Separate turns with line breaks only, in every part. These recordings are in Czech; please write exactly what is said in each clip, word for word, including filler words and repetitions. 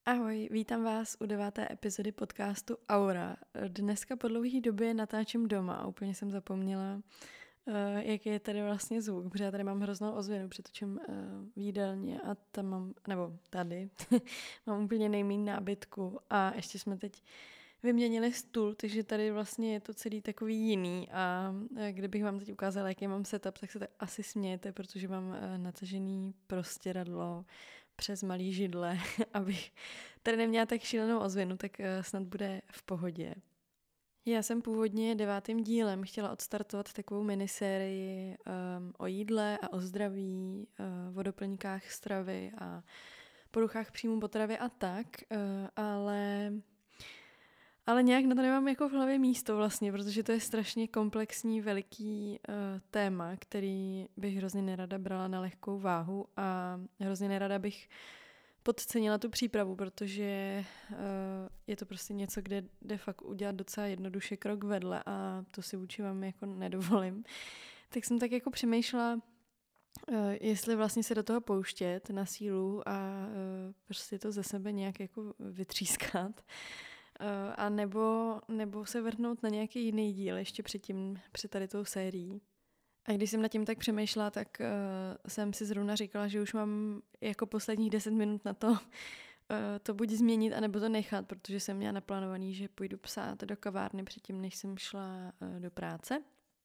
Ahoj, vítám vás u deváté epizody podcastu Aura. Dneska po dlouhé době natáčím doma a úplně jsem zapomněla, uh, jaký je tady vlastně zvuk, protože já tady mám hroznou ozvěnu, přetočím uh, v jídelně a tam mám, nebo tady, mám úplně nejméně nábytku a ještě jsme teď vyměnili stůl, takže tady vlastně je to celý takový jiný a eh, kdybych vám teď ukázala, jaký mám setup, tak se tak asi smějete, protože mám eh, natažený prostěradlo přes malý židle, abych tady neměla tak šílenou ozvěnu, tak eh, snad bude v pohodě. Já jsem původně devátým dílem chtěla odstartovat takovou minisérii um, o jídle a o zdraví, uh, o doplňkách stravy a poruchách příjmu potravy a tak, uh, ale Ale nějak na to nemám jako v hlavě místo vlastně, protože to je strašně komplexní, veliký uh, téma, který bych hrozně nerada brala na lehkou váhu a hrozně nerada bych podcenila tu přípravu, protože uh, je to prostě něco, kde jde fakt udělat docela jednoduše krok vedle a to si vůči vám jako nedovolím. Tak jsem tak jako přemýšlela, uh, jestli vlastně se do toho pouštět na sílu a uh, prostě to ze sebe nějak jako vytřískat. Uh, a nebo, nebo se vrhnout na nějaký jiný díl ještě předtím, před tady tou sérií. A když jsem nad tím tak přemýšlela, tak uh, jsem si zrovna říkala, že už mám jako posledních deset minut na to uh, to buď změnit, anebo to nechat, protože jsem měla naplánovaný, že půjdu psát do kavárny předtím, než jsem šla uh, do práce.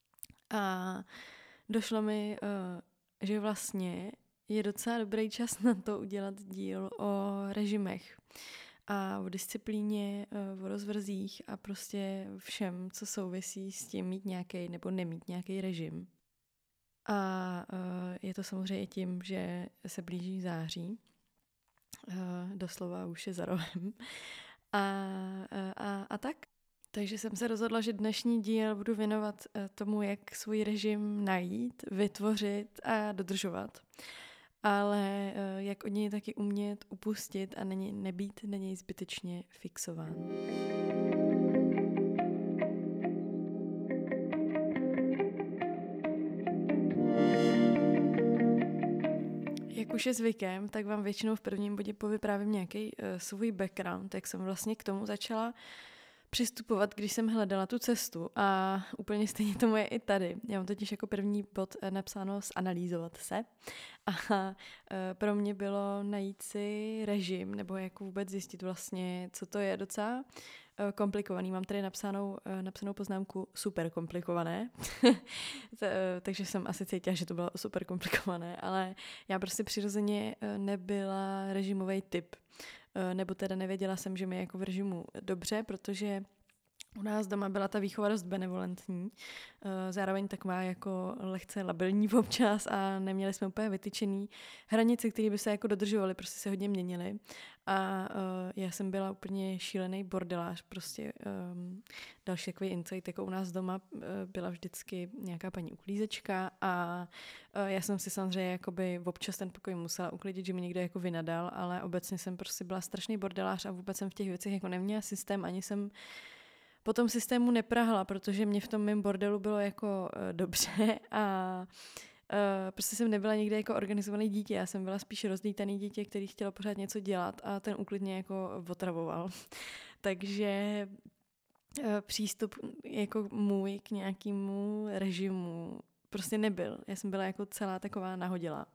A došlo mi, uh, že vlastně je docela dobrý čas na to udělat díl o režimech a o disciplíně, o rozvrzích a prostě všem, co souvisí s tím mít nějaký nebo nemít nějaký režim. A je to samozřejmě tím, že se blíží září, doslova už je za rohem. A, a, a tak. Takže jsem se rozhodla, že dnešní díl budu věnovat tomu, jak svůj režim najít, vytvořit a dodržovat. Ale jak od něj taky umět upustit a ne, nebýt na něj zbytečně fixován. Jak už je zvykem, tak vám většinou v prvním bodě povyprávím nějaký uh, svůj background, jak jsem vlastně k tomu začala přistupovat, když jsem hledala tu cestu a úplně stejně tomu je i tady. Já mám totiž jako první bod napsáno zanalýzovat se a pro mě bylo najít si režim nebo jako vůbec zjistit vlastně, co to je docela komplikovaný. Mám tady napsanou, napsanou poznámku super komplikované, takže jsem asi cítila, že to bylo super komplikované, ale já prostě přirozeně nebyla režimový typ. Nebo teda nevěděla jsem, že mi je jako v režimu dobře, protože u nás doma byla ta výchova dost benevolentní, zároveň taková jako lehce labilní občas a neměli jsme úplně vytyčený hranice, které by se jako dodržovaly, prostě se hodně měnily. A uh, já jsem byla úplně šílený bordelář, prostě um, další takový insight, jako u nás doma uh, byla vždycky nějaká paní uklízečka a uh, já jsem si samozřejmě jakoby občas ten pokoj musela uklidit, že mi někdo jako vynadal, ale obecně jsem prostě byla strašný bordelář a vůbec jsem v těch věcech jako neměla systém, ani jsem po tom systému neprahla, protože mě v tom mém bordelu bylo jako uh, dobře a Uh, prostě jsem nebyla někde jako organizovaný dítě, já jsem byla spíš rozlítaný dítě, který chtělo pořád něco dělat a ten úklid mě jako otravoval. Takže uh, přístup jako můj k nějakému režimu prostě nebyl. Já jsem byla jako celá taková nahodilá.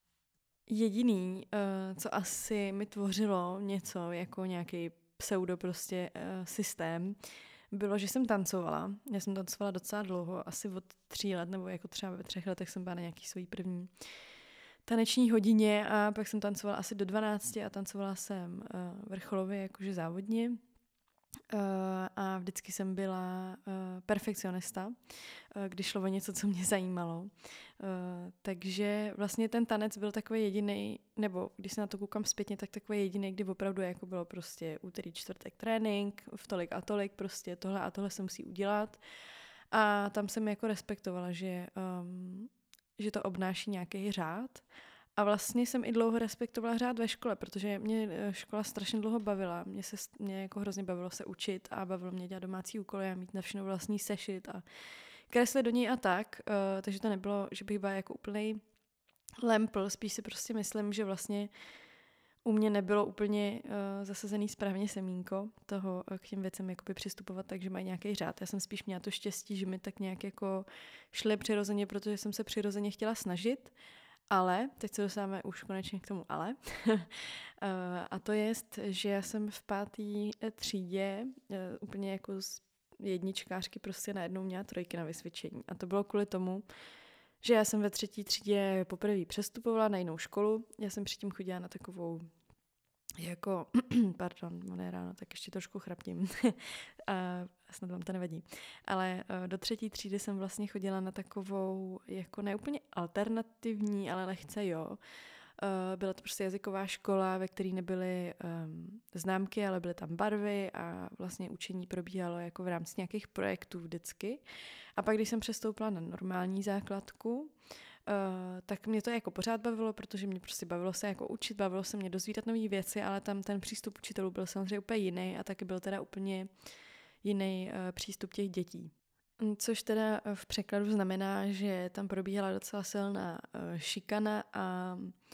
Jediný, uh, co asi mi tvořilo něco jako nějaký pseudo prostě uh, systém, bylo, že jsem tancovala. Já jsem tancovala docela dlouho, asi od tří let, nebo jako třeba ve třech letech jsem byla na nějaký svojí první taneční hodině a pak jsem tancovala asi do dvanácti a tancovala jsem uh, vrcholově jakože závodně. Uh, a vždycky jsem byla uh, perfekcionista, uh, když šlo o něco, co mě zajímalo. Uh, takže vlastně ten tanec byl takový jediný, nebo když se na to koukám zpětně, tak takový jediný, kdy opravdu jako bylo prostě úterý, čtvrtek trénink, v tolik a tolik, prostě tohle a tohle se musí udělat. A tam jsem jako respektovala, že, um, že to obnáší nějaký řád. A vlastně jsem i dlouho respektovala řád ve škole, protože mě škola strašně dlouho bavila. Mě, se, mě jako hrozně bavilo se učit a bavilo mě dělat domácí úkoly a mít na všechno vlastní sešit a kreslit do něj a tak. Uh, takže to nebylo, že bych byla jako úplnej lempl. Spíš si prostě myslím, že vlastně U mě nebylo úplně uh, zasazený správně semínko toho uh, k těm věcem jakoby přistupovat, takže mají nějaký řád. Já jsem spíš měla to štěstí, že mi tak nějak jako šly přirozeně, protože jsem se přirozeně chtěla snažit, ale, teď se dostáváme už konečně k tomu ale, uh, a to je, že já jsem v pátý třídě uh, úplně jako z jedničkářky prostě najednou měla trojky na vysvědčení. A to bylo kvůli tomu, že já jsem ve třetí třídě poprvé přestupovala na jinou školu. Já jsem předtím chodila na takovou jako, pardon, ono je ráno, tak ještě trošku chrapním. A snad vám to nevadí. Ale do třetí třídy jsem vlastně chodila na takovou, jako ne úplně alternativní, ale lehce jo. Byla to prostě jazyková škola, ve které nebyly um, známky, ale byly tam barvy a vlastně učení probíhalo jako v rámci nějakých projektů vždycky. A pak, když jsem přestoupila na normální základku, uh, tak mě to jako pořád bavilo, protože mě prostě bavilo se jako učit, bavilo se mě dozvídat nové věci, ale tam ten přístup učitelů byl samozřejmě úplně jiný a taky byl teda úplně jiný uh, přístup těch dětí. Což teda v překladu znamená, že tam probíhala docela silná uh, šikana a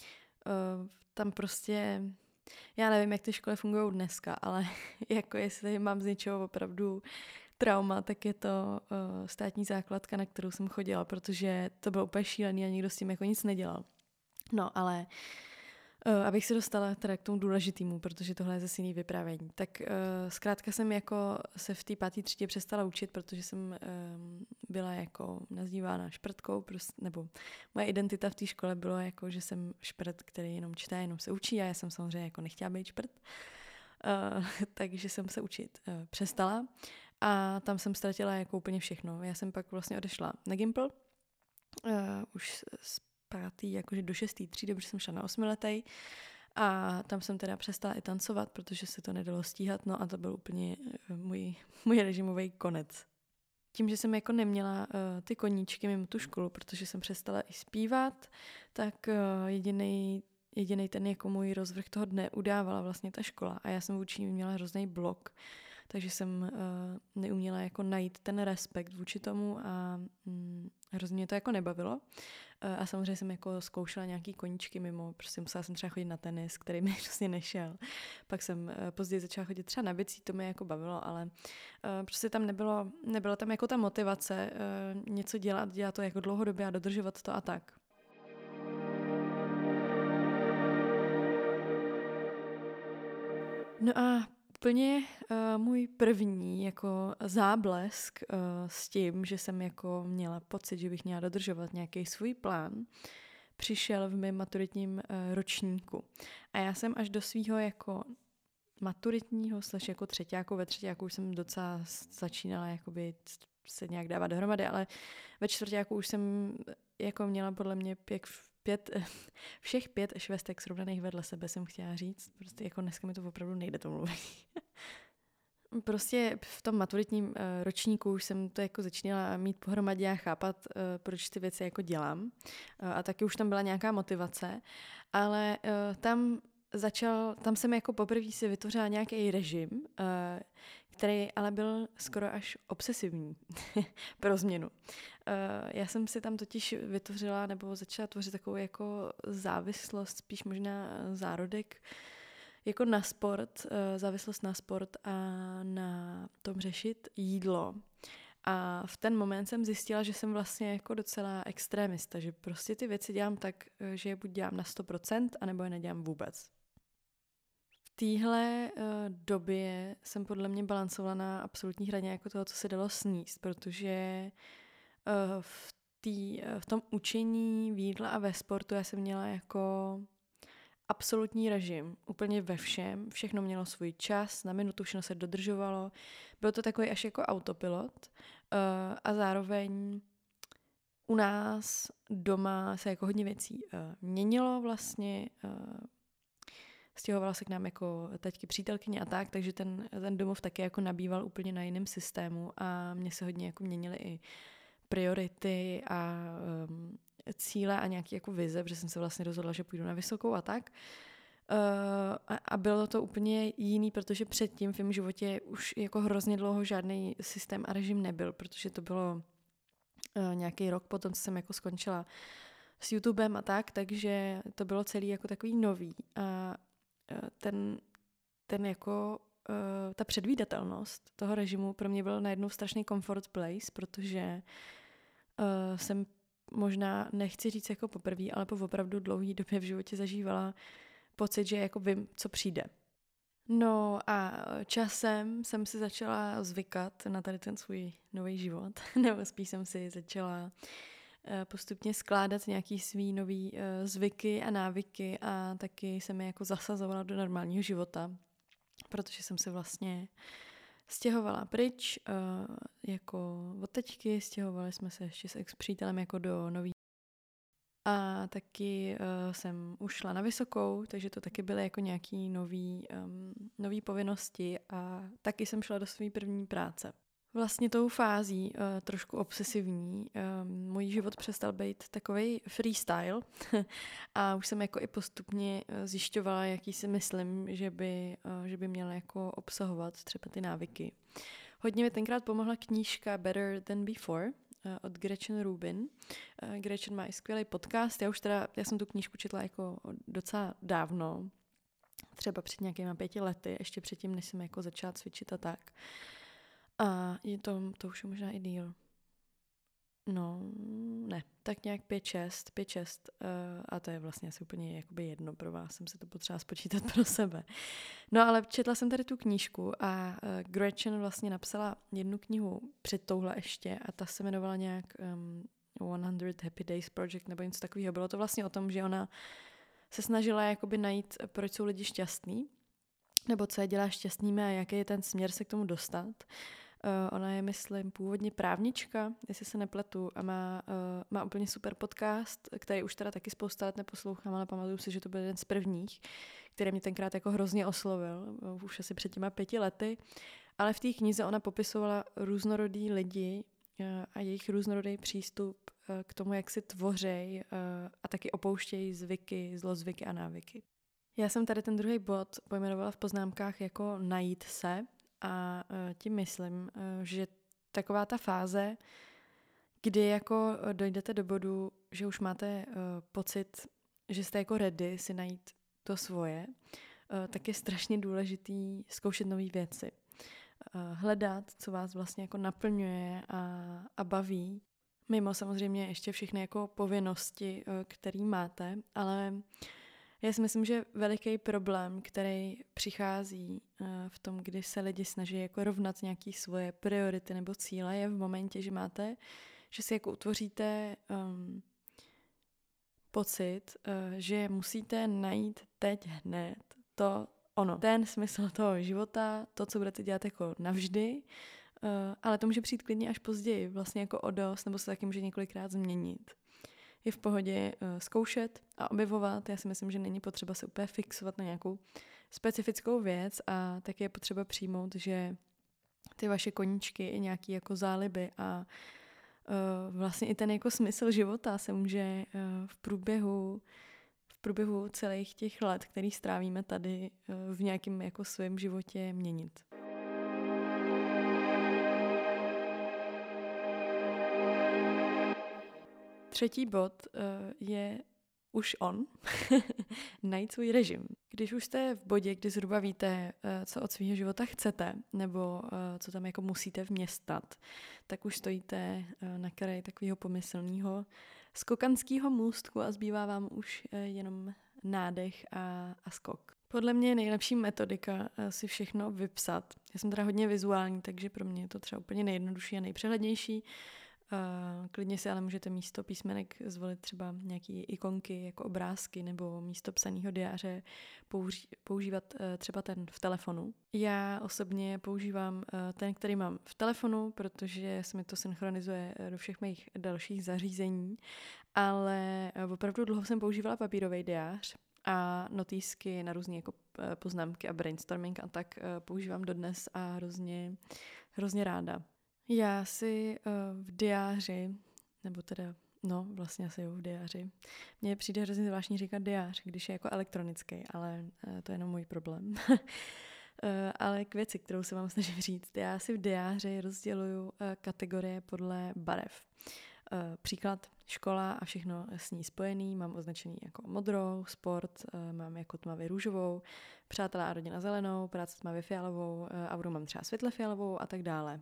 uh, tam prostě, já nevím, jak ty školy fungují dneska, ale jako jestli mám z něčeho opravdu trauma, tak je to uh, státní základka, na kterou jsem chodila, protože to bylo úplně šílený a nikdo s tím jako nic nedělal. No, ale Uh, abych se dostala teda k tomu důležitému, protože tohle je zase jiný vyprávění. Tak uh, zkrátka jsem jako se v té páté třídě přestala učit, protože jsem um, byla jako nazývána šprtkou, prostě, nebo moje identita v té škole bylo jako, že jsem šprt, který jenom čte, jenom se učí a já jsem samozřejmě jako nechtěla být šprt. Uh, takže jsem se učit uh, přestala a tam jsem ztratila jako úplně všechno. Já jsem pak vlastně odešla na Gimpl, uh, už z pátý, jakože do šestý třídy, protože jsem šla na osmiletej a tam jsem teda přestala i tancovat, protože se to nedalo stíhat, no a to byl úplně můj, můj režimový konec. Tím, že jsem jako neměla uh, ty koníčky mimo tu školu, protože jsem přestala i zpívat, tak uh, jedinej, jedinej ten jako můj rozvrh toho dne udávala vlastně ta škola a já jsem vůči ní měla hrozný blok, takže jsem uh, neuměla jako najít ten respekt vůči tomu a mm, hrozně mě to jako nebavilo. Uh, a samozřejmě jsem jako zkoušela nějaký koníčky mimo, prostě musela jsem třeba chodit na tenis, který mi prostě nešel. Pak jsem uh, později začala chodit třeba na bicí, to mě jako bavilo, ale uh, prostě tam nebylo, nebyla tam jako ta motivace uh, něco dělat, dělat to jako dlouhodobě a dodržovat to a tak. No a úplně uh, můj první jako záblesk uh, s tím, že jsem jako měla pocit, že bych měla dodržovat nějaký svůj plán, přišel v mém maturitním uh, ročníku. A já jsem až do svýho jako maturitního, slash jako třetíáku, ve třetíáku už jsem docela začínala jakoby se nějak dávat dohromady, ale ve čtvrtíáku už jsem jako měla podle mě pěk Pět, všech pět švestek srovnaných vedle sebe jsem chtěla říct. Prostě jako dneska mi to opravdu nejde to mluvit. Prostě v tom maturitním uh, ročníku už jsem to jako začínala mít pohromadě a chápat, uh, proč ty věci jako dělám. Uh, a taky už tam byla nějaká motivace. Ale uh, tam začal, tam jsem jako poprvé si vytvořila nějaký režim, uh, který ale byl skoro až obsesivní pro změnu. Uh, já jsem si tam totiž vytvořila nebo začala tvořit takovou jako závislost, spíš možná zárodek, jako na sport, uh, závislost na sport a na tom řešit jídlo. A v ten moment jsem zjistila, že jsem vlastně jako docela extrémista, že prostě ty věci dělám tak, že je buď dělám na sto procent, anebo je nedělám vůbec. V téhle uh, době jsem podle mě balancovala na absolutní hraně jako toho, co se dalo sníst, protože uh, v, tý, uh, v tom učení v jídle a ve sportu já jsem měla jako absolutní režim, úplně ve všem, všechno mělo svůj čas, na minutu všechno se dodržovalo, byl to takový až jako autopilot uh, a zároveň u nás doma se jako hodně věcí uh, měnilo vlastně, uh, stěhovala se k nám jako teďky přítelkyně a tak, takže ten, ten domov taky jako nabýval úplně na jiném systému a mě se hodně jako měnily i priority a um, cíle a nějaké jako vize, protože jsem se vlastně rozhodla, že půjdu na vysokou a tak. Uh, a, a bylo to úplně jiný, protože předtím v mém životě už jako hrozně dlouho žádný systém a režim nebyl, protože to bylo uh, nějaký rok potom, co jsem jako skončila s YouTubem a tak, takže to bylo celý jako takový nový. A ten, ten jako uh, ta předvídatelnost toho režimu pro mě byl najednou strašný comfort place, protože uh, jsem možná, nechci říct jako poprvé, ale po opravdu dlouhý době v životě zažívala pocit, že jako vím, co přijde. No a časem jsem si začala zvykat na tady ten svůj nový život, nebo spíš jsem si začala postupně skládat nějaký svý nový zvyky a návyky a taky jsem je jako zasazovala do normálního života, protože jsem se vlastně stěhovala pryč, jako od teďky, stěhovali jsme se ještě s ex-přítelem jako do nový. A taky uh, jsem ušla na vysokou, takže to taky byly jako nějaký nový, um, nový povinnosti a taky jsem šla do své první práce. Vlastně tou fází, uh, trošku obsesivní, um, můj život přestal být takovej freestyle a už jsem jako i postupně uh, zjišťovala, jaký si myslím, že by, uh, že by měla jako obsahovat třeba ty návyky. Hodně mi tenkrát pomohla knížka Better Than Before od Gretchen Rubin. Gretchen má i skvělý podcast. Já už teda, já jsem tu knížku četla jako docela dávno, třeba před nějakýma pěti lety, ještě předtím, než jsem jako začala cvičit a tak. A je to, to už je možná i díl. No, ne, tak nějak pět šest, pět šest uh, a to je vlastně asi úplně jakoby jedno pro vás, jsem se to potřeba spočítat pro sebe. No ale četla jsem tady tu knížku a uh, Gretchen vlastně napsala jednu knihu před touhle ještě a ta se jmenovala nějak um, sto Happy Days Project nebo něco takového. Bylo to vlastně o tom, že ona se snažila jakoby najít, proč jsou lidi šťastní, nebo co je dělá šťastnými a jaký je ten směr se k tomu dostat. Uh, ona je, myslím, původně právnička, jestli se nepletu, a má, uh, má úplně super podcast, který už teda taky spousta let neposlouchám, ale pamatuju si, že to byl jeden z prvních, který mě tenkrát jako hrozně oslovil, uh, už asi před těma pěti lety. Ale v té knize ona popisovala různorodý lidi uh, a jejich různorodý přístup uh, k tomu, jak si tvořej uh, a taky opouštějí zvyky, zlozvyky a návyky. Já jsem tady ten druhý bod pojmenovala v poznámkách jako najít se, a uh, tím myslím, uh, že taková ta fáze, kdy jako dojdete do bodu, že už máte uh, pocit, že jste jako ready si najít to svoje, uh, tak je strašně důležitý zkoušet nové věci. Uh, hledat, co vás vlastně jako naplňuje a, a baví. Mimo samozřejmě ještě všechny jako povinnosti, uh, které máte, ale já si myslím, že veliký problém, který přichází uh, v tom, kdy se lidi snaží jako rovnat nějaké svoje priority nebo cíle, je v momentě, že máte, že si jako utvoříte um, pocit, uh, že musíte najít teď hned to ono. Ten smysl toho života, to, co budete dělat jako navždy, uh, ale to může přijít klidně až později, vlastně jako o dost, nebo se taky může několikrát změnit. Je v pohodě uh, zkoušet a objevovat. Já si myslím, že není potřeba se úplně fixovat na nějakou specifickou věc a taky je potřeba přijmout, že ty vaše koníčky i nějaký jako záliby a uh, vlastně i ten jako smysl života se může uh, v průběhu v průběhu celých těch let, který strávíme tady uh, v nějakém jako svém životě měnit. Třetí bod uh, je už on, najít svůj režim. Když už jste v bodě, kdy zhruba víte, uh, co od svého života chcete, nebo uh, co tam jako musíte vměstat, tak už stojíte uh, na kraji takového pomyslného skokanského můstku a zbývá vám už uh, jenom nádech a, a skok. Podle mě je nejlepší metodika uh, si všechno vypsat. Já jsem teda hodně vizuální, takže pro mě je to třeba úplně nejjednodušší a nejpřehlednější. Uh, klidně si ale můžete místo písmenek zvolit třeba nějaký ikonky jako obrázky nebo místo psaného diáře použi- používat uh, třeba ten v telefonu. Já osobně používám uh, ten, který mám v telefonu, protože se mi to synchronizuje do všech mých dalších zařízení, ale uh, opravdu dlouho jsem používala papírový diář a notýsky na různé jako uh, poznámky a brainstorming a tak uh, používám dodnes a hrozně, hrozně ráda. Já si uh, v diáři, nebo teda, no vlastně asi jo, v diáři, mně přijde hrozně zvláštní říkat diář, když je jako elektronický, ale uh, to je jenom můj problém. uh, ale k věci, kterou se vám snažím říct, já si v diáři rozděluju uh, kategorie podle barev. Příklad, škola a všechno s ní spojený, mám označený jako modrou, sport, mám jako tmavě růžovou, přátelé a rodina zelenou, práce tmavě fialovou, auru mám třeba světle fialovou a tak dále.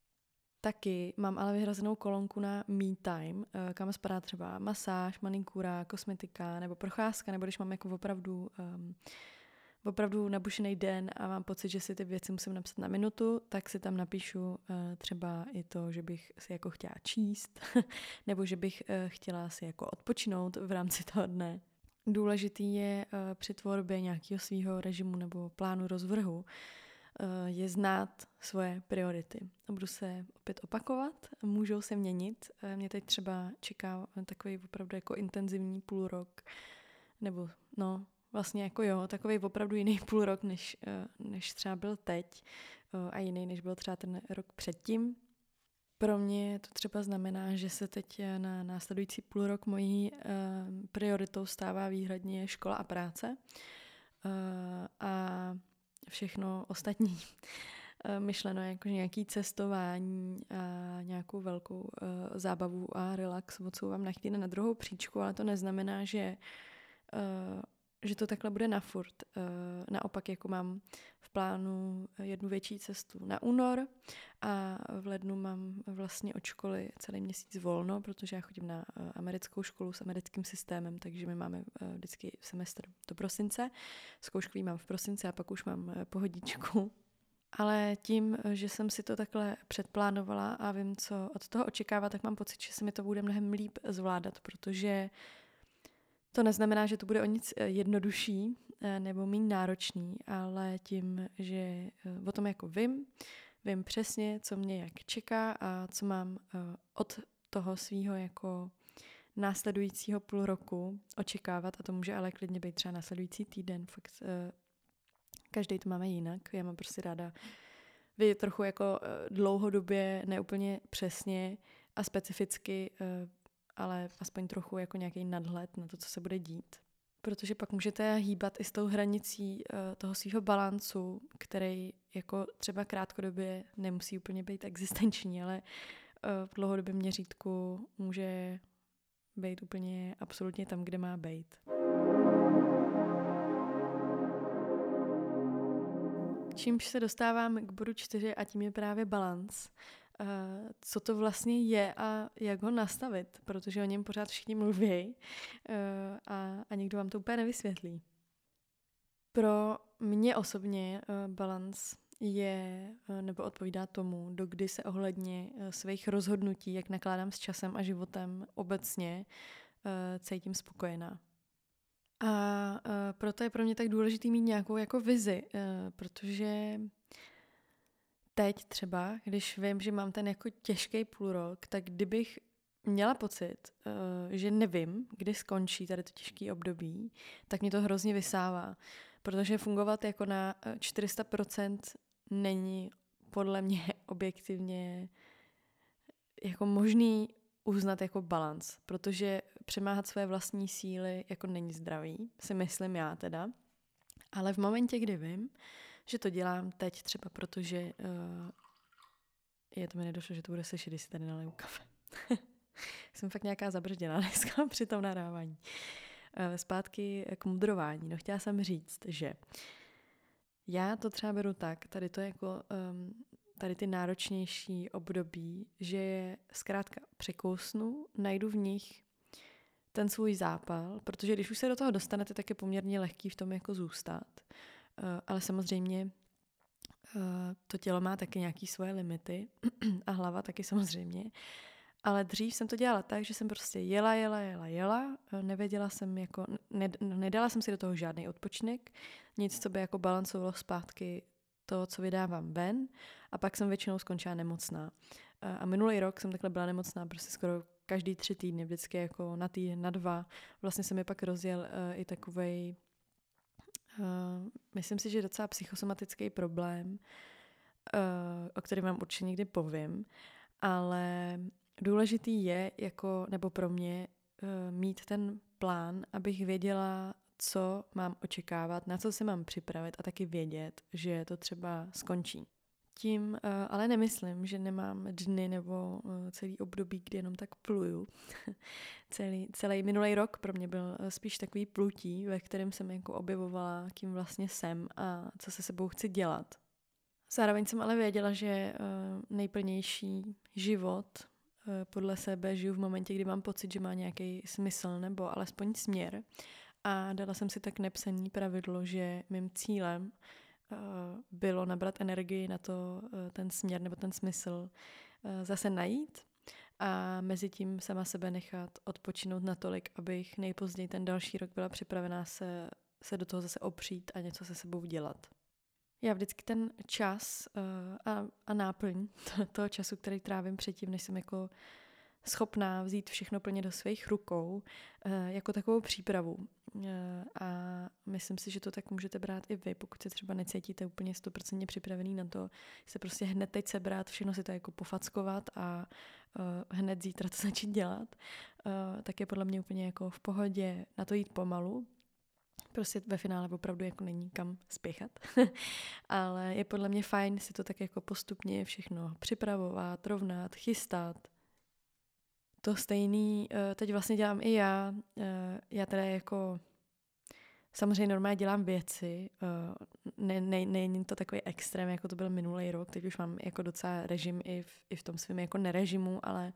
Taky mám ale vyhrazenou kolonku na me time, kam spadá třeba masáž, manikura, kosmetika nebo procházka, nebo když mám jako opravdu, um, opravdu nabušený den a mám pocit, že si ty věci musím napsat na minutu, tak si tam napíšu uh, třeba i to, že bych si jako chtěla číst, nebo že bych uh, chtěla si jako odpočinout v rámci toho dne. Důležitý je uh, při tvorbě nějakého svého režimu nebo plánu rozvrhu je znát svoje priority. A budu se opět opakovat, můžou se měnit. Mě teď třeba čeká takový opravdu jako intenzivní půl rok, nebo no, vlastně jako jo, takový opravdu jiný půl rok, než, než třeba byl teď a jiný, než byl třeba ten rok předtím. Pro mě to třeba znamená, že se teď na následující půl rok mojí uh, prioritou stává výhradně škola a práce. Uh, a všechno ostatní myšleno jako nějaké cestování a nějakou velkou uh, zábavu a relax odsouvám na chvíli na druhou příčku, ale to neznamená, že, uh, že to takhle bude na furt. Uh, naopak jako mám v plánu jednu větší cestu na únor a v lednu mám vlastně od školy celý měsíc volno, protože já chodím na uh, americkou školu s americkým systémem, takže my máme uh, vždycky semestr do prosince. Zkouškový mám v prosinci a pak už mám uh, pohodičku. Ale tím, že jsem si to takhle předplánovala a vím, co od toho očekávat, tak mám pocit, že se mi to bude mnohem líp zvládat, protože to neznamená, že to bude o nic jednodušší nebo méně náročný, ale tím, že o tom jako vím, vím přesně, co mě jak čeká a co mám od toho svýho jako následujícího půl roku očekávat, a to může ale klidně být třeba následující týden, fakt každý to máme jinak. Já mám prostě ráda vidět trochu jako dlouhodobě, neúplně přesně a specificky, ale aspoň trochu jako nějaký nadhled na to, co se bude dít. Protože pak můžete hýbat i s tou hranicí toho svého balancu, který jako třeba krátkodobě nemusí úplně být existenční, ale v dlouhodobém měřítku může být úplně absolutně tam, kde má být. Čímž se dostávám k bodu čtyři a tím je právě balans. Uh, co to vlastně je a jak ho nastavit, protože o něm pořád všichni mluví uh, a, a nikdo vám to úplně nevysvětlí. Pro mě osobně uh, balans je, uh, nebo odpovídá tomu, dokdy se ohledně uh, svých rozhodnutí, jak nakládám s časem a životem obecně, uh, cítím spokojená. A uh, proto je pro mě tak důležitý mít nějakou jako vizi, uh, protože teď třeba, když vím, že mám ten jako těžký půl rok, tak kdybych měla pocit, uh, že nevím, kdy skončí tady to těžké období, tak mě to hrozně vysává, protože fungovat jako na čtyři sta procent není podle mě objektivně jako možný uznat jako balans, protože přemáhat své vlastní síly jako není zdravý, si myslím já teda. Ale v momentě, kdy vím, že to dělám teď třeba, protože uh, je to mi nedošlo, že to bude slyšet, když si tady naleju kafe. Jsem fakt nějaká zabržděná dneska při tom nahrávání. Uh, zpátky k mudrování. No chtěla jsem říct, že já to třeba beru tak, tady to jako um, tady ty náročnější období, že je zkrátka překousnu, najdu v nich ten svůj zápal, protože když už se do toho dostanete, tak je poměrně lehký v tom jako zůstat. Uh, ale samozřejmě uh, to tělo má taky nějaké svoje limity a hlava taky samozřejmě. Ale dřív jsem to dělala tak, že jsem prostě jela, jela, jela, jela. Nevěděla jsem jako, ne, nedala jsem si do toho žádný odpočinek, nic, co by jako balancovalo zpátky to, co vydávám ven, a pak jsem většinou skončila nemocná. A minulý rok jsem takhle byla nemocná prostě skoro každý tři týdny, vždycky jako na týden, na dva. Vlastně se mi pak rozjel uh, i takovej, uh, myslím si, že docela psychosomatický problém, uh, o kterém vám určitě někdy povím, ale důležitý je, jako, nebo pro mě, uh, mít ten plán, abych věděla, co mám očekávat, na co se mám připravit a taky vědět, že to třeba skončí. Tím uh, ale nemyslím, že nemám dny nebo uh, celý období, kdy jenom tak pluju. celý, celý minulý rok pro mě byl uh, spíš takový plutí, ve kterém jsem jako objevovala, kým vlastně jsem a co se sebou chci dělat. Zároveň jsem ale věděla, že uh, nejplnější život uh, podle sebe žiju v momentě, kdy mám pocit, že má nějaký smysl nebo alespoň směr. A dala jsem si tak nepsaný pravidlo, že mým cílem uh, bylo nabrat energii na to, uh, ten směr nebo ten smysl uh, zase najít a mezi tím sama sebe nechat odpočinout natolik, abych nejpozději ten další rok byla připravená se, se do toho zase opřít a něco se sebou dělat. Já vždycky ten čas uh, a, a náplň toho času, který trávím předtím, než jsem jako schopná vzít všechno plně do svých rukou, uh, jako takovou přípravu. Uh, a myslím si, že to tak můžete brát i vy, pokud se třeba necítíte úplně sto procent připravený na to, se prostě hned teď sebrat, všechno si to jako pofackovat a uh, hned zítra to začít dělat, uh, tak je podle mě úplně jako v pohodě na to jít pomalu. Prostě ve finále opravdu jako není kam spěchat, ale je podle mě fajn si to tak jako postupně všechno připravovat, rovnat, chystat. To stejný teď vlastně dělám i já. Já teda jako samozřejmě normálně dělám věci, ne, ne, není to takový extrém, jako to byl minulý rok, teď už mám jako docela režim i v, i v tom svém jako nerežimu, ale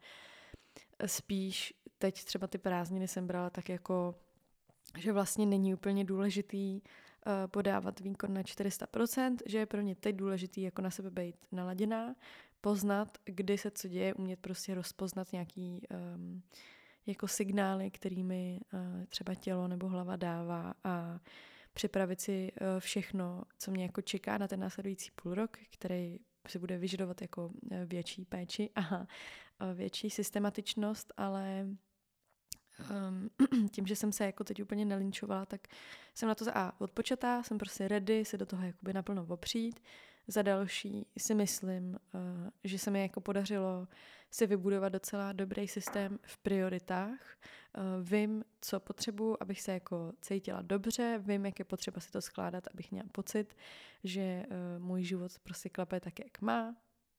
spíš teď třeba ty prázdniny jsem brala tak jako že vlastně není úplně důležitý uh, podávat výkon na čtyři sta procent, že je pro mě teď důležitý jako na sebe být naladěná, poznat, kdy se co děje, umět prostě rozpoznat nějaký um, jako signály, kterými uh, třeba tělo nebo hlava dává a připravit si uh, všechno, co mě jako čeká na ten následující půl rok, který si bude vyžadovat jako uh, větší péči a uh, větší systematičnost, ale Um, tím, že jsem se jako teď úplně nelinčovala, tak jsem na to za A odpočatá, jsem prostě ready se do toho jakoby naplno opřít. Za další si myslím, uh, že se mi jako podařilo si vybudovat docela dobrý systém v prioritách. Uh, vím, co potřebuji, abych se jako cítila dobře, vím, jak je potřeba si to skládat, abych měla pocit, že uh, můj život prostě klape tak, jak má.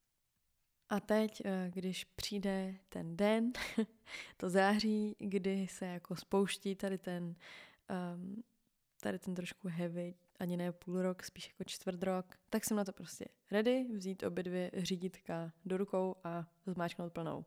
A teď, když přijde ten den, to září, kdy se jako spouští tady ten, um, tady ten trošku heavy, ani ne půl rok, spíš jako čtvrt rok, tak jsem na to prostě ready, vzít obě dvě řídítka do rukou a zmáčknout plnou.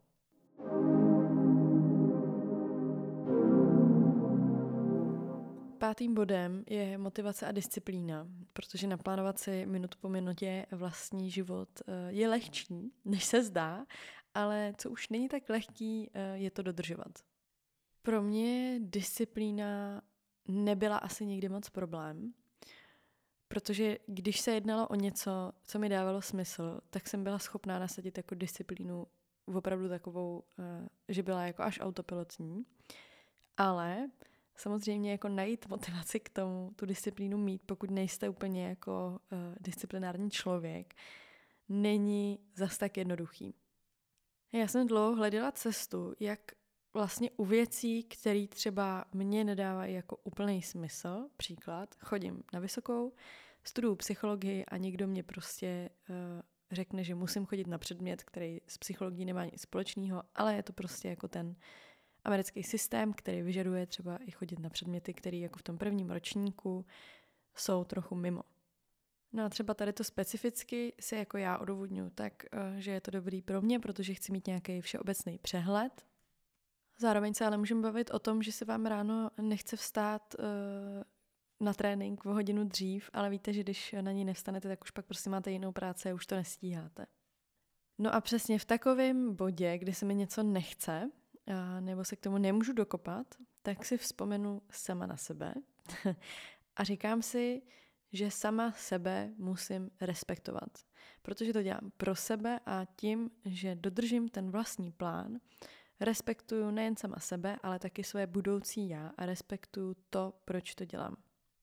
Pátým bodem je motivace a disciplína, protože naplánovat si minutu po minutě vlastní život je lehčí, než se zdá, ale co už není tak lehký, je to dodržovat. Pro mě disciplína nebyla asi nikdy moc problém, protože když se jednalo o něco, co mi dávalo smysl, tak jsem byla schopná nasadit jako disciplínu opravdu takovou, že byla jako až autopilotní, ale samozřejmě jako najít motivaci k tomu, tu disciplínu mít, pokud nejste úplně jako uh, disciplinární člověk, není zas tak jednoduchý. Já jsem dlouho hledala cestu, jak vlastně u věcí, které třeba mě nedávají jako úplný smysl, příklad, chodím na vysokou, studuju psychologii a někdo mě prostě uh, řekne, že musím chodit na předmět, který s psychologií nemá nic společného, ale je to prostě jako ten americký systém, který vyžaduje třeba i chodit na předměty, které jako v tom prvním ročníku jsou trochu mimo. No a třeba tady to specificky si jako já odůvodňuji tak, že je to dobrý pro mě, protože chci mít nějaký všeobecný přehled. Zároveň se ale můžeme bavit o tom, že se vám ráno nechce vstát uh, na trénink o hodinu dřív, ale víte, že když na ní nevstanete, tak už pak prostě máte jinou práci a už to nestíháte. No a přesně v takovém bodě, kdy se mi něco nechce, a nebo se k tomu nemůžu dokopat, tak si vzpomenu sama na sebe a říkám si, že sama sebe musím respektovat. Protože to dělám pro sebe a tím, že dodržím ten vlastní plán, respektuju nejen sama sebe, ale taky své budoucí já a respektuju to, proč to dělám.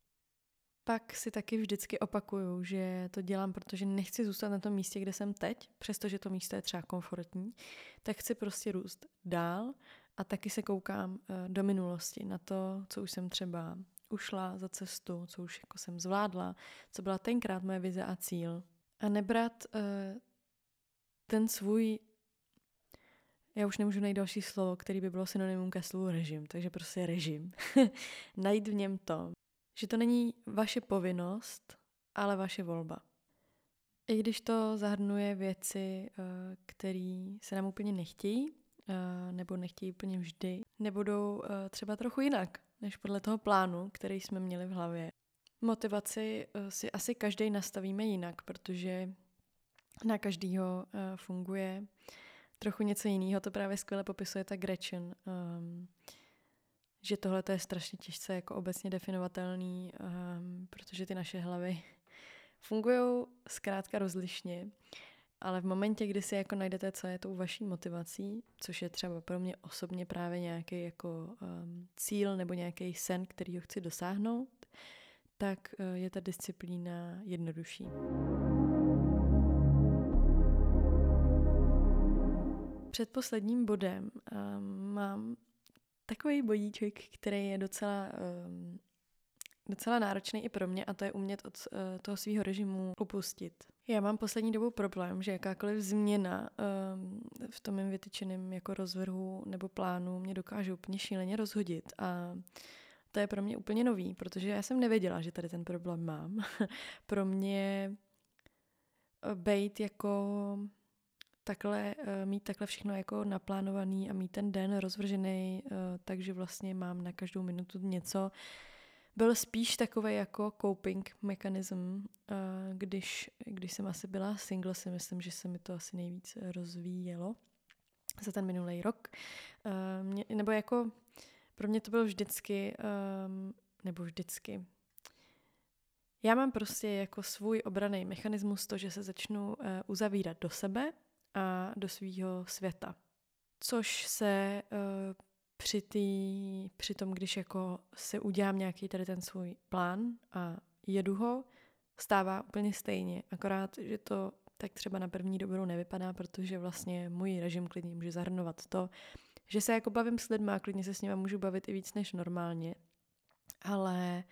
Pak si taky vždycky opakuju, že to dělám, protože nechci zůstat na tom místě, kde jsem teď, přestože to místo je třeba komfortní, tak chci prostě růst dál a taky se koukám do minulosti, na to, co už jsem třeba ušla za cestu, co už jako jsem zvládla, co byla tenkrát moje vize a cíl. A nebrat uh, ten svůj, já už nemůžu najít další slovo, který by bylo synonymum ke slovu režim, takže prostě režim. Najít v něm to, že to není vaše povinnost, ale vaše volba. I když to zahrnuje věci, které se nám úplně nechtějí, nebo nechtějí úplně vždy, nebudou třeba trochu jinak, než podle toho plánu, který jsme měli v hlavě. Motivaci si asi každý nastavíme jinak, protože na každýho funguje trochu něco jiného. To právě skvěle popisuje ta Gretchen, um, že tohle je strašně těžce jako obecně definovatelný, um, protože ty naše hlavy fungují zkrátka rozlišně, ale v momentě, kdy si jako najdete, co je tou vaší motivací, což je třeba pro mě osobně právě nějaký jako um, cíl nebo nějaký sen, který ho chci dosáhnout, tak uh, je ta disciplína jednodušší. Před posledním bodem um, mám takový bodíček, který je docela, um, docela náročný i pro mě, a to je umět od uh, toho svého režimu upustit. Já mám poslední dobou problém, že jakákoliv změna um, v tom mém vytyčeném jako rozvrhu nebo plánu mě dokáže úplně šíleně rozhodit, a to je pro mě úplně nový, protože já jsem nevěděla, že tady ten problém mám. Pro mě bejt jako takhle, mít takhle všechno jako naplánovaný a mít ten den rozvržený, takže vlastně mám na každou minutu něco, byl spíš takový jako coping mechanism, když, když jsem asi byla single, si myslím, že se mi to asi nejvíc rozvíjelo za ten minulý rok. Mě, nebo jako pro mě to bylo vždycky, nebo vždycky, já mám prostě jako svůj obranný mechanismus to, že se začnu uzavírat do sebe a do svýho světa. Což se uh, při, tý, při tom, když jako si udělám nějaký tady ten svůj plán a jedu ho, stává úplně stejně. Akorát, že to tak třeba na první dobrou nevypadá, protože vlastně můj režim klidně může zahrnovat to, že se jako bavím s lidma, klidně se s nimi můžu bavit i víc než normálně, ale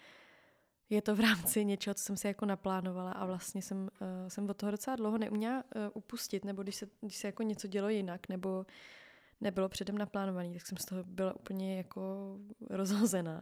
je to v rámci něčeho, co jsem si jako naplánovala, a vlastně jsem, uh, jsem od toho docela dlouho neuměla uh, upustit, nebo když se, když se jako něco dělo jinak, nebo nebylo předem naplánovaný, tak jsem z toho byla úplně jako rozhozená.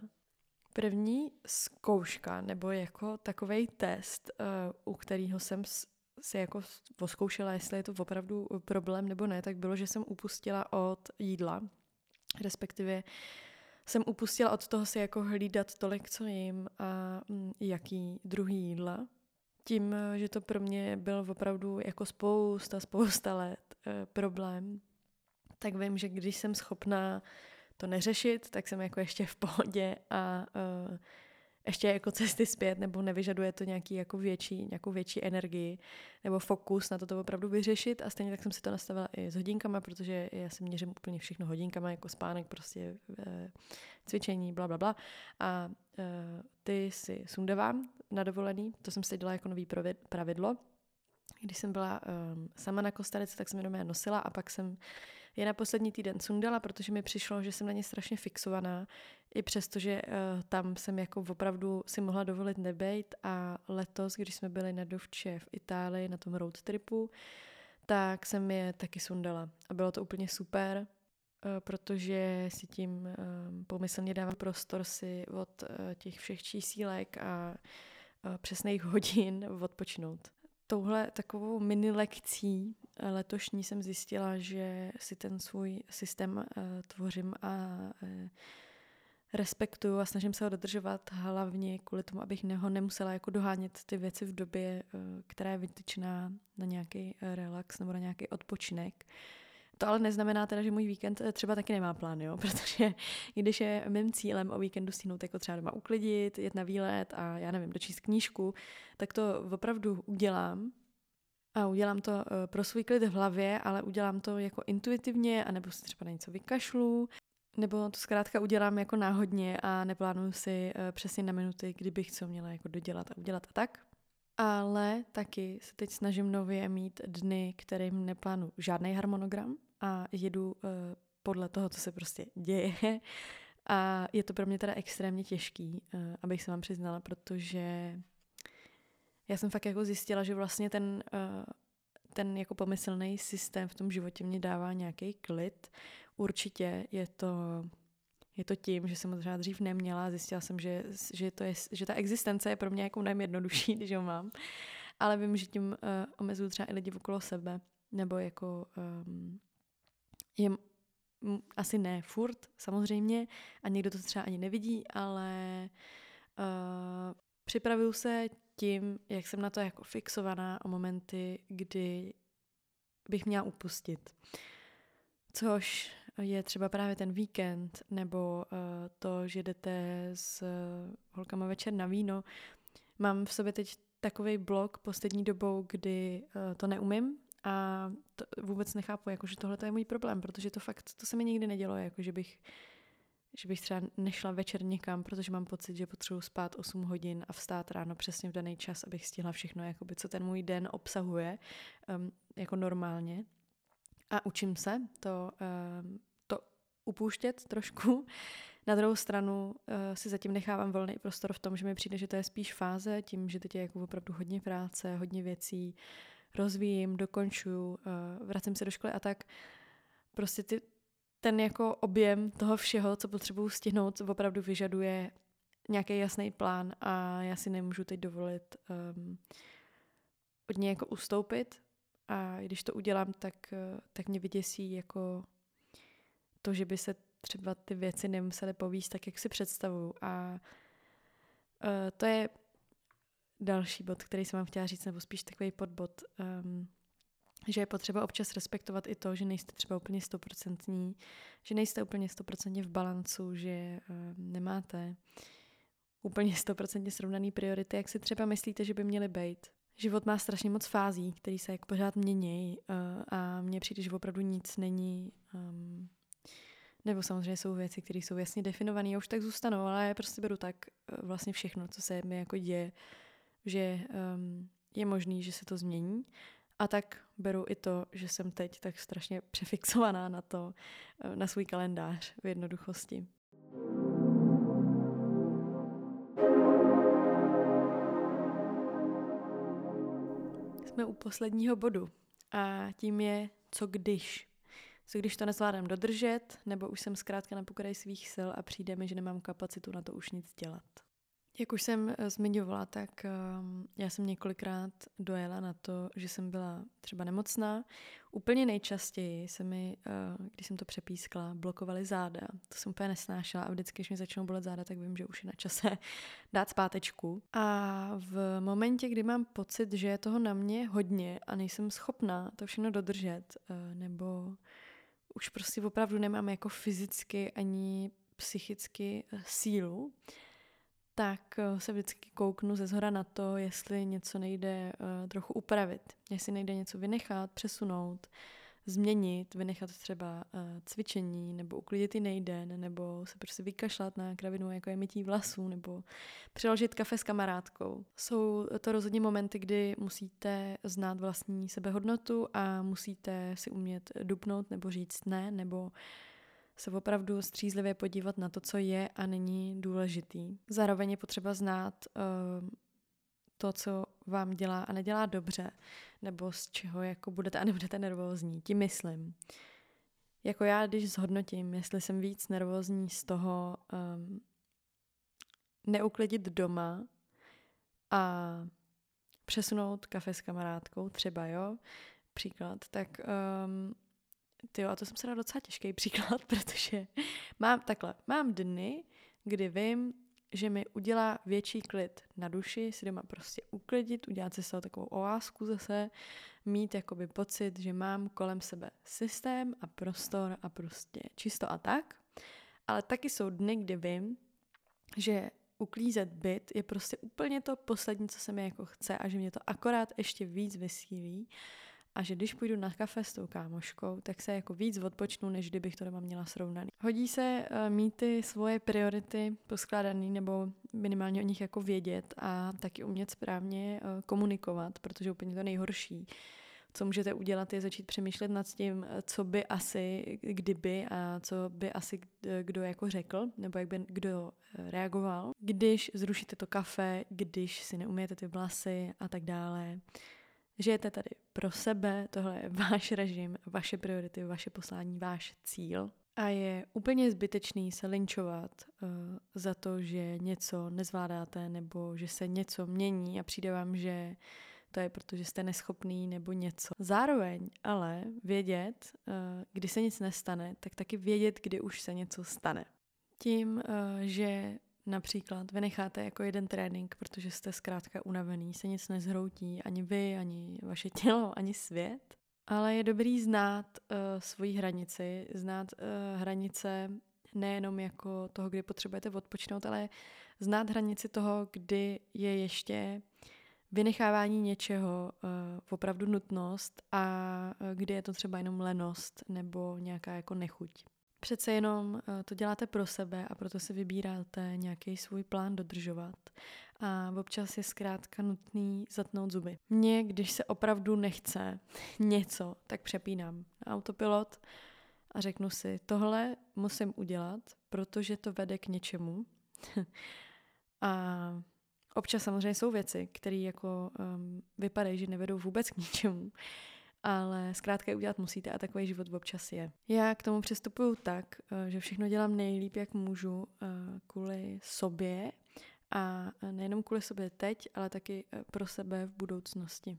První zkouška, nebo jako takovej test, uh, u kterého jsem si jako oskoušela, jestli je to opravdu problém nebo ne, tak bylo, že jsem upustila od jídla, respektive jsem upustila od toho si jako hlídat tolik, co jím a mm, jaký druhý jídla. Tím, že to pro mě byl opravdu jako spousta, spousta let e, problém, tak vím, že když jsem schopná to neřešit, tak jsem jako ještě v pohodě a e, ještě jako cesty zpět, nebo nevyžaduje to nějaký jako větší, nějakou větší energii nebo fokus na to to opravdu vyřešit, a stejně tak jsem si to nastavila i s hodinkama, protože já si měřím úplně všechno hodinkama, jako spánek, prostě e, cvičení, bla, bla, bla. A e, ty si sundávám na dovolený, to jsem si dělala jako nový pravidlo. Když jsem byla um, sama na Kostarice, tak jsem je doma nosila, a pak jsem je na poslední týden sundala, protože mi přišlo, že jsem na ně strašně fixovaná, i přesto, že uh, tam jsem jako opravdu si mohla dovolit nebejt, a letos, když jsme byli na dovče v Itálii na tom road tripu, tak jsem je taky sundala. A bylo to úplně super, uh, protože si tím um, pomyslně dávám prostor si od uh, těch všech čísílek a uh, přesných hodin odpočinout. Touhle takovou mini lekcí letošní jsem zjistila, že si ten svůj systém uh, tvořím a uh, respektuju a snažím se ho dodržovat, hlavně kvůli tomu, abych ho nemusela jako dohánět ty věci v době, uh, která je vytyčená na nějaký relax nebo na nějaký odpočinek. To ale neznamená teda, že můj víkend třeba taky nemá plán, jo? Protože když je mým cílem o víkendu stihnout jako třeba doma uklidit, jet na výlet a já nevím, dočíst knížku, tak to opravdu udělám. A udělám to pro svůj klid v hlavě, ale udělám to jako intuitivně, anebo si třeba na něco vykašlu, nebo to zkrátka udělám jako náhodně a neplánuju si přesně na minuty, kdybych co měla jako dodělat a udělat a tak. Ale taky se teď snažím nově mít dny, kterým neplánuju žádný harmonogram a jedu uh, podle toho, co se prostě děje. A je to pro mě teda extrémně těžký, uh, abych se vám přiznala, protože já jsem fakt jako zjistila, že vlastně ten, uh, ten jako pomyslný systém v tom životě mě dává nějaký klid. Určitě je to, je to tím, že jsem ho třeba dřív neměla. Zjistila jsem, že, že, to je, že ta existence je pro mě jako mnohem jednodušší, když ho mám. Ale vím, že tím uh, omezuju třeba i lidi okolo sebe. Nebo jako um, je m, asi ne furt, samozřejmě. A někdo to třeba ani nevidí, ale uh, připravuju se tím, jak jsem na to jako fixovaná o momenty, kdy bych měla upustit. Což je třeba právě ten víkend, nebo uh, to, že jdete s uh, holkama večer na víno. Mám v sobě teď takovej blok poslední dobou, kdy uh, to neumím a to vůbec nechápu, jako, že tohle je můj problém, protože to fakt, to se mi nikdy nedělo, jako, že bych že bych třeba nešla večer někam, protože mám pocit, že potřebuji spát osm hodin a vstát ráno přesně v daný čas, abych stihla všechno, jakoby, co ten můj den obsahuje, um, jako normálně. A učím se to, um, to upouštět trošku. Na druhou stranu uh, si zatím nechávám volný prostor v tom, že mi přijde, že to je spíš fáze, tím, že teď je jako opravdu hodně práce, hodně věcí, rozvíjím, dokončuju, uh, vracím se do školy a tak. Prostě ty ten jako objem toho všeho, co potřebuji stihnout, opravdu vyžaduje nějaký jasný plán a já si nemůžu teď dovolit um, od něj jako ustoupit a když to udělám, tak, uh, tak mě vyděsí jako to, že by se třeba ty věci nemusely povíst tak, jak si představuju a uh, to je další bod, který jsem vám chtěla říct, nebo spíš takový podbod, um, že je potřeba občas respektovat i to, že nejste třeba úplně stoprocentní, že nejste úplně stoprocentně v balancu, že uh, nemáte úplně stoprocentně srovnaný priority, jak si třeba myslíte, že by měly být. Život má strašně moc fází, které se jak pořád mění uh, a mně přijde, že opravdu nic není, um, nebo samozřejmě jsou věci, které jsou jasně definované a už tak zůstanou, ale já prostě beru tak uh, vlastně všechno, co se mi jako děje, že um, je možný, že se to změní. A tak beru i to, že jsem teď tak strašně přefixovaná na to, na svůj kalendář v jednoduchosti. Jsme u posledního bodu a tím je, co když. Co když to nezvládám dodržet, nebo už jsem zkrátka na pokraji svých sil a přijde mi, že nemám kapacitu na to už nic dělat. Jak už jsem zmiňovala, tak um, já jsem několikrát dojela na to, že jsem byla třeba nemocná. Úplně nejčastěji se mi, uh, když jsem to přepískla, blokovaly záda. To jsem úplně nesnášela a vždycky, když mi začnou bolet záda, tak vím, že už je na čase dát zpátečku. A v momentě, kdy mám pocit, že je toho na mě hodně a nejsem schopná to všechno dodržet, uh, nebo už prostě opravdu nemám jako fyzicky ani psychicky sílu, tak se vždycky kouknu ze zhora na to, jestli něco nejde uh, trochu upravit, jestli nejde něco vynechat, přesunout, změnit, vynechat třeba uh, cvičení, nebo uklidit jiný den, nebo se prostě vykašlat na kravinu, jako je mytí vlasů, nebo přiložit kafe s kamarádkou. Jsou to rozhodně momenty, kdy musíte znát vlastní sebehodnotu a musíte si umět dupnout nebo říct ne, nebo se opravdu střízlivě podívat na to, co je a není důležitý. Zároveň je potřeba znát uh, to, co vám dělá a nedělá dobře, nebo z čeho jako budete a nebudete nervózní. Tím myslím. Jako já, když zhodnotím, jestli jsem víc nervózní z toho um, neuklidit doma a přesunout kafe s kamarádkou, třeba jo, příklad, tak um, tyjo, a to jsem se dala docela těžký příklad, protože mám takhle, mám dny, kdy vím, že mi udělá větší klid na duši, si doma prostě uklidit, udělat si z toho takovou oázku zase, mít jakoby pocit, že mám kolem sebe systém a prostor a prostě čisto a tak. Ale taky jsou dny, kdy vím, že uklízet byt je prostě úplně to poslední, co se mi jako chce a že mě to akorát ještě víc vysílí. A že když půjdu na kafe s tou kámoškou, tak se jako víc odpočnu, než kdybych to doma měla srovnaný. Hodí se uh, mít ty svoje priority poskládaný nebo minimálně o nich jako vědět a taky umět správně uh, komunikovat, protože úplně to nejhorší, co můžete udělat, je začít přemýšlet nad tím, co by asi, kdyby a co by asi kdo jako řekl, nebo jak by kdo reagoval. Když zrušíte to kafe, když si neumyjete ty vlasy a tak dále. Žijete tady pro sebe, tohle je váš režim, vaše priority, vaše poslání, váš cíl. A je úplně zbytečný se linčovat uh, za to, že něco nezvládáte nebo že se něco mění a přijde vám, že to je proto, že jste neschopný nebo něco. Zároveň ale vědět, uh, kdy se nic nestane, tak taky vědět, kdy už se něco stane. Tím, uh, že například vy necháte jako jeden trénink, protože jste zkrátka unavený, se nic nezhroutí, ani vy, ani vaše tělo, ani svět. Ale je dobrý znát uh, svoji hranici, znát uh, hranice nejenom jako toho, kdy potřebujete odpočinout, ale znát hranici toho, kdy je ještě vynechávání něčeho uh, opravdu nutnost a uh, kdy je to třeba jenom lenost nebo nějaká jako nechuť. Přece jenom uh, to děláte pro sebe a proto si vybíráte nějaký svůj plán dodržovat. A občas je zkrátka nutný zatnout zuby. Mně, když se opravdu nechce něco, tak přepínám na autopilot a řeknu si, tohle musím udělat, protože to vede k něčemu. A občas samozřejmě jsou věci, které jako um, vypadají, že nevedou vůbec k ničemu, ale zkrátka je udělat musíte a takový život občas je. Já k tomu přistupuju tak, že všechno dělám nejlíp, jak můžu, uh, kvůli sobě, a nejenom kvůli sobě teď, ale taky pro sebe v budoucnosti.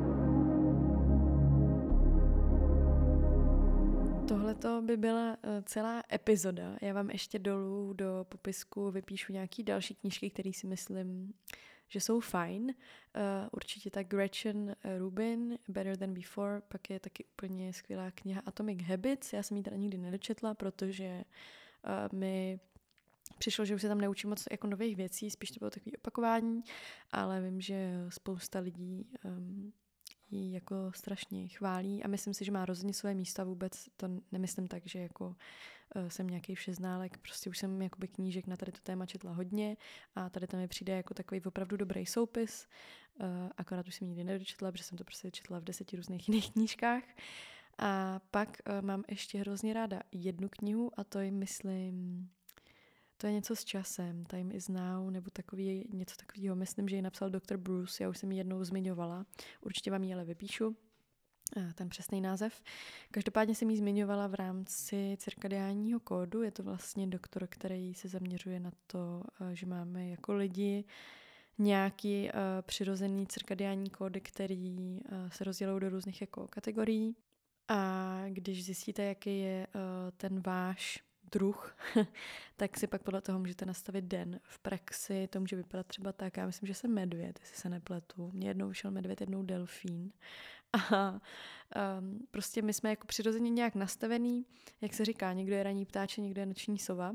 Tohleto by byla celá epizoda. Já vám ještě dolů do popisku vypíšu nějaký další knížky, které si myslím, že jsou fajn. Určitě ta Gretchen Rubin, Better Than Before, pak je taky úplně skvělá kniha Atomic Habits. Já jsem ji teda nikdy nedočetla, protože mi přišlo, že už se tam neučím moc jako nových věcí, spíš to bylo takové opakování, ale vím, že spousta lidí um, ji jako strašně chválí a myslím si, že má rozhodně své místa, vůbec to nemyslím tak, že jako uh, jsem nějaký všeználek, prostě už jsem jakoby knížek na tady to téma četla hodně a tady to mi přijde jako takový opravdu dobrý soupis, uh, akorát už jsem nikdy nedočetla, protože jsem to prostě četla v deseti různých jiných knížkách. A pak uh, mám ještě hrozně ráda jednu knihu a to je, myslím, to je něco s časem, Time is Now, nebo takový, něco takového. Myslím, že ji napsal doktor Bruce, já už jsem ji jednou zmiňovala. Určitě vám ji ale vypíšu, ten přesný název. Každopádně jsem ji zmiňovala v rámci cirkadiánního kódu. Je to vlastně doktor, který se zaměřuje na to, že máme jako lidi nějaký uh, přirozený cirkadiální kódy, který uh, se rozdělují do různých jako kategorií. A když zjistíte, jaký je uh, ten váš druh, tak si pak podle toho můžete nastavit den. V praxi to může vypadat třeba tak, já myslím, že jsem medvěd, jestli se nepletu. Mně jednou vyšel medvěd, jednou delfín. A um, prostě my jsme jako přirozeně nějak nastavený, jak se říká, někdo je ranní ptáče, někdo je noční sova.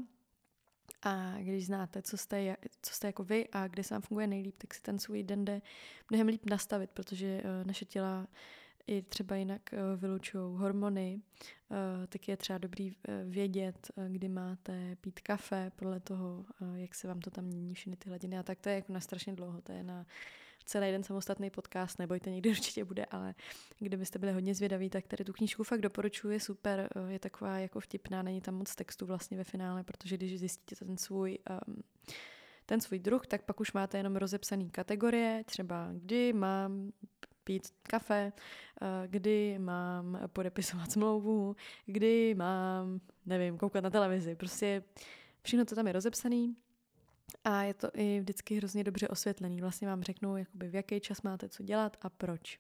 A když znáte, co jste, co jste jako vy a kde se vám funguje nejlíp, tak si ten svůj den jde mnohem líp nastavit, protože uh, naše těla i třeba jinak vylučují hormony, tak je třeba dobrý vědět, kdy máte pít kafe, podle toho, jak se vám to tam mění všechny ty hladiny. A tak to je jako na strašně dlouho, to je na celý den samostatný podcast, nebojte, někdy určitě bude, ale kdybyste byli hodně zvědaví, tak tady tu knížku fakt doporučuji, je super, je taková jako vtipná, není tam moc textu vlastně ve finále, protože když zjistíte ten svůj... Um, ten svůj druh, tak pak už máte jenom rozepsaný kategorie, třeba kdy mám pít kafe, kdy mám podepisovat smlouvu, kdy mám, nevím, koukat na televizi. Prostě všechno to tam je rozepsaný a je to i vždycky hrozně dobře osvětlený. Vlastně vám řeknou, jakoby v jaký čas máte co dělat a proč.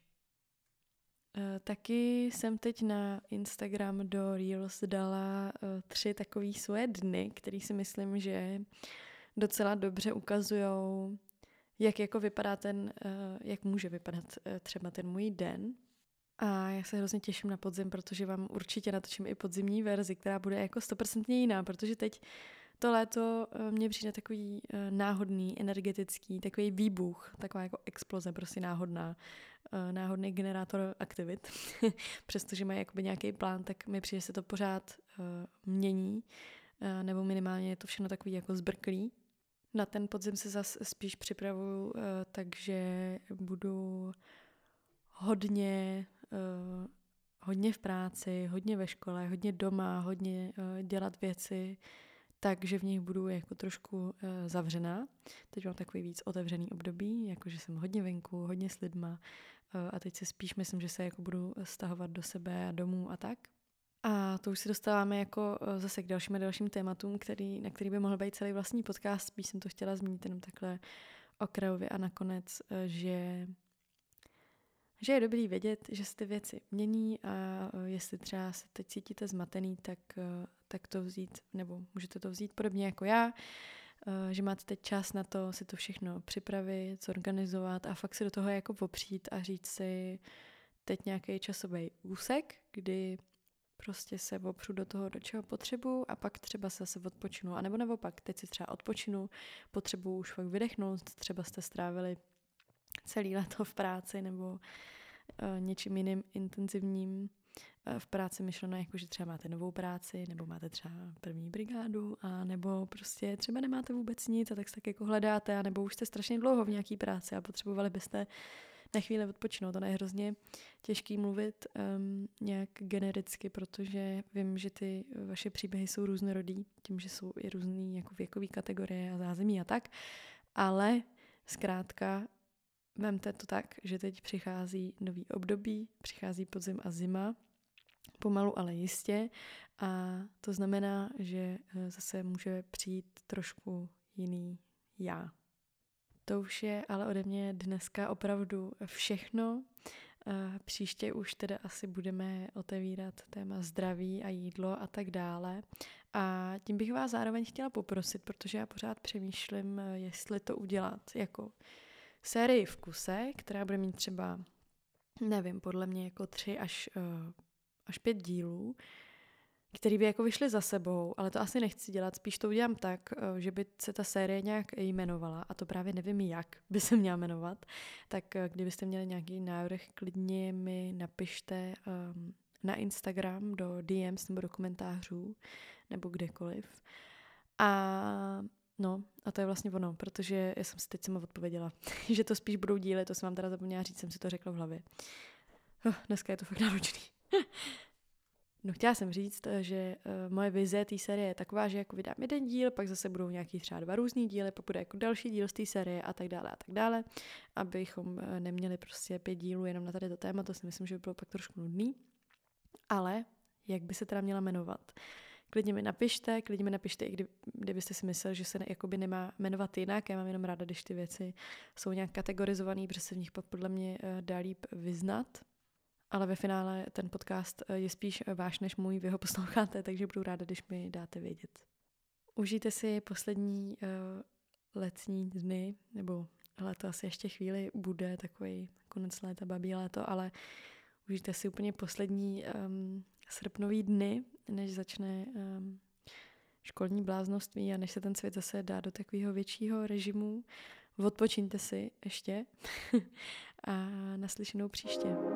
Taky jsem teď na Instagram do Reels dala tři takový svoje dny, který si myslím, že docela dobře ukazujou, jak jako vypadá ten, jak může vypadat třeba ten můj den. A já se hrozně těším na podzim, protože vám určitě natočím i podzimní verzi, která bude jako stoprocentně jiná, protože teď to léto mně přijde takový náhodný, energetický, takový výbuch, taková jako exploze, prostě náhodná, náhodný generátor aktivit. Přestože mají jakoby nějaký plán, tak mi přijde, že se to pořád mění, nebo minimálně je to všechno takový jako zbrklý. Na ten podzim se zase spíš připravuju, takže budu hodně uh, hodně v práci, hodně ve škole, hodně doma, hodně uh, dělat věci, takže v nich budu jako trošku uh, zavřená. Teď mám takový víc otevřený období, jakože jsem hodně venku, hodně s lidma uh, a teď se spíš myslím, že se jako budu stahovat do sebe a domů a tak. A to už se dostáváme jako uh, zase k dalším a dalším tématům, který, na který by mohl být celý vlastní podcast. Spíš jsem to chtěla zmínit jenom takhle okrajově a nakonec, uh, že že je dobrý vědět, že se ty věci mění a jestli třeba se teď cítíte zmatený, tak, tak to vzít, nebo můžete to vzít podobně jako já, že máte teď čas na to si to všechno připravit, zorganizovat a fakt si do toho jako popřít a říct si teď nějaký časový úsek, kdy prostě se opřu do toho, do čeho potřebuju a pak třeba se zase odpočinu. A nebo naopak, teď si třeba odpočinu, potřebuju už fakt vydechnout, třeba jste strávili celý léto v práci nebo uh, něčím jiným intenzivním uh, v práci myšleno, jako že třeba máte novou práci nebo máte třeba první brigádu a nebo prostě třeba nemáte vůbec nic a tak se tak jako hledáte a nebo už jste strašně dlouho v nějaký práci a potřebovali byste na chvíli odpočinout. To je hrozně těžký mluvit um, nějak genericky, protože vím, že ty vaše příběhy jsou různorodý, tím, že jsou i různý jako věkový kategorie a zázemí a tak, ale zkrátka vemte to tak, že teď přichází nový období, přichází podzim a zima, pomalu, ale jistě a to znamená, že zase může přijít trošku jiný já. To už je ale ode mě dneska opravdu všechno. Příště už teda asi budeme otevírat téma zdraví a jídlo a tak dále. A tím bych vás zároveň chtěla poprosit, protože já pořád přemýšlím, jestli to udělat jako sérii v kuse, která bude mít třeba, nevím, podle mě jako tři až, uh, až pět dílů, který by jako vyšly za sebou, ale to asi nechci dělat, spíš to udělám tak, uh, že by se ta série nějak jmenovala a to právě nevím, jak by se měla jmenovat, tak uh, kdybyste měli nějaký návrh, klidně mi napište um, na Instagram do D Ms nebo do komentářů nebo kdekoliv. A no, a to je vlastně ono, protože já jsem si teď sama odpověděla, že to spíš budou díly, to jsem vám teda zapomněla říct, jsem si to řekla v hlavě. Oh, dneska je to fakt náročný. No, chtěla jsem říct, že uh, moje vize té série je taková, že jako vydám jeden díl, pak zase budou nějaký třeba dva různý díly, pak bude jako další díl z té série a tak dále a tak dále, abychom uh, neměli prostě pět dílů jenom na tady to téma, to si myslím, že by bylo pak trošku nudný. Ale jak by se teda měla jmenovat? Klidně mi napište, klidně mi napište, i kdy, kdybyste si mysleli, že se ne, jakoby nemá jmenovat jinak. Já mám jenom ráda, když ty věci jsou nějak kategorizovaný, protože se v nich pak podle mě uh, dá líp vyznat. Ale ve finále ten podcast uh, je spíš váš než můj, vy ho posloucháte, takže budu ráda, když mi dáte vědět. Užijte si poslední uh, letní dny, nebo léto asi ještě chvíli bude, takový konec léta, babí léto, ale užijte si úplně poslední um, srpnový dny, než začne um, školní bláznoství a než se ten svět zase dá do takového většího režimu. Odpočiňte si ještě a naslyšenou příště.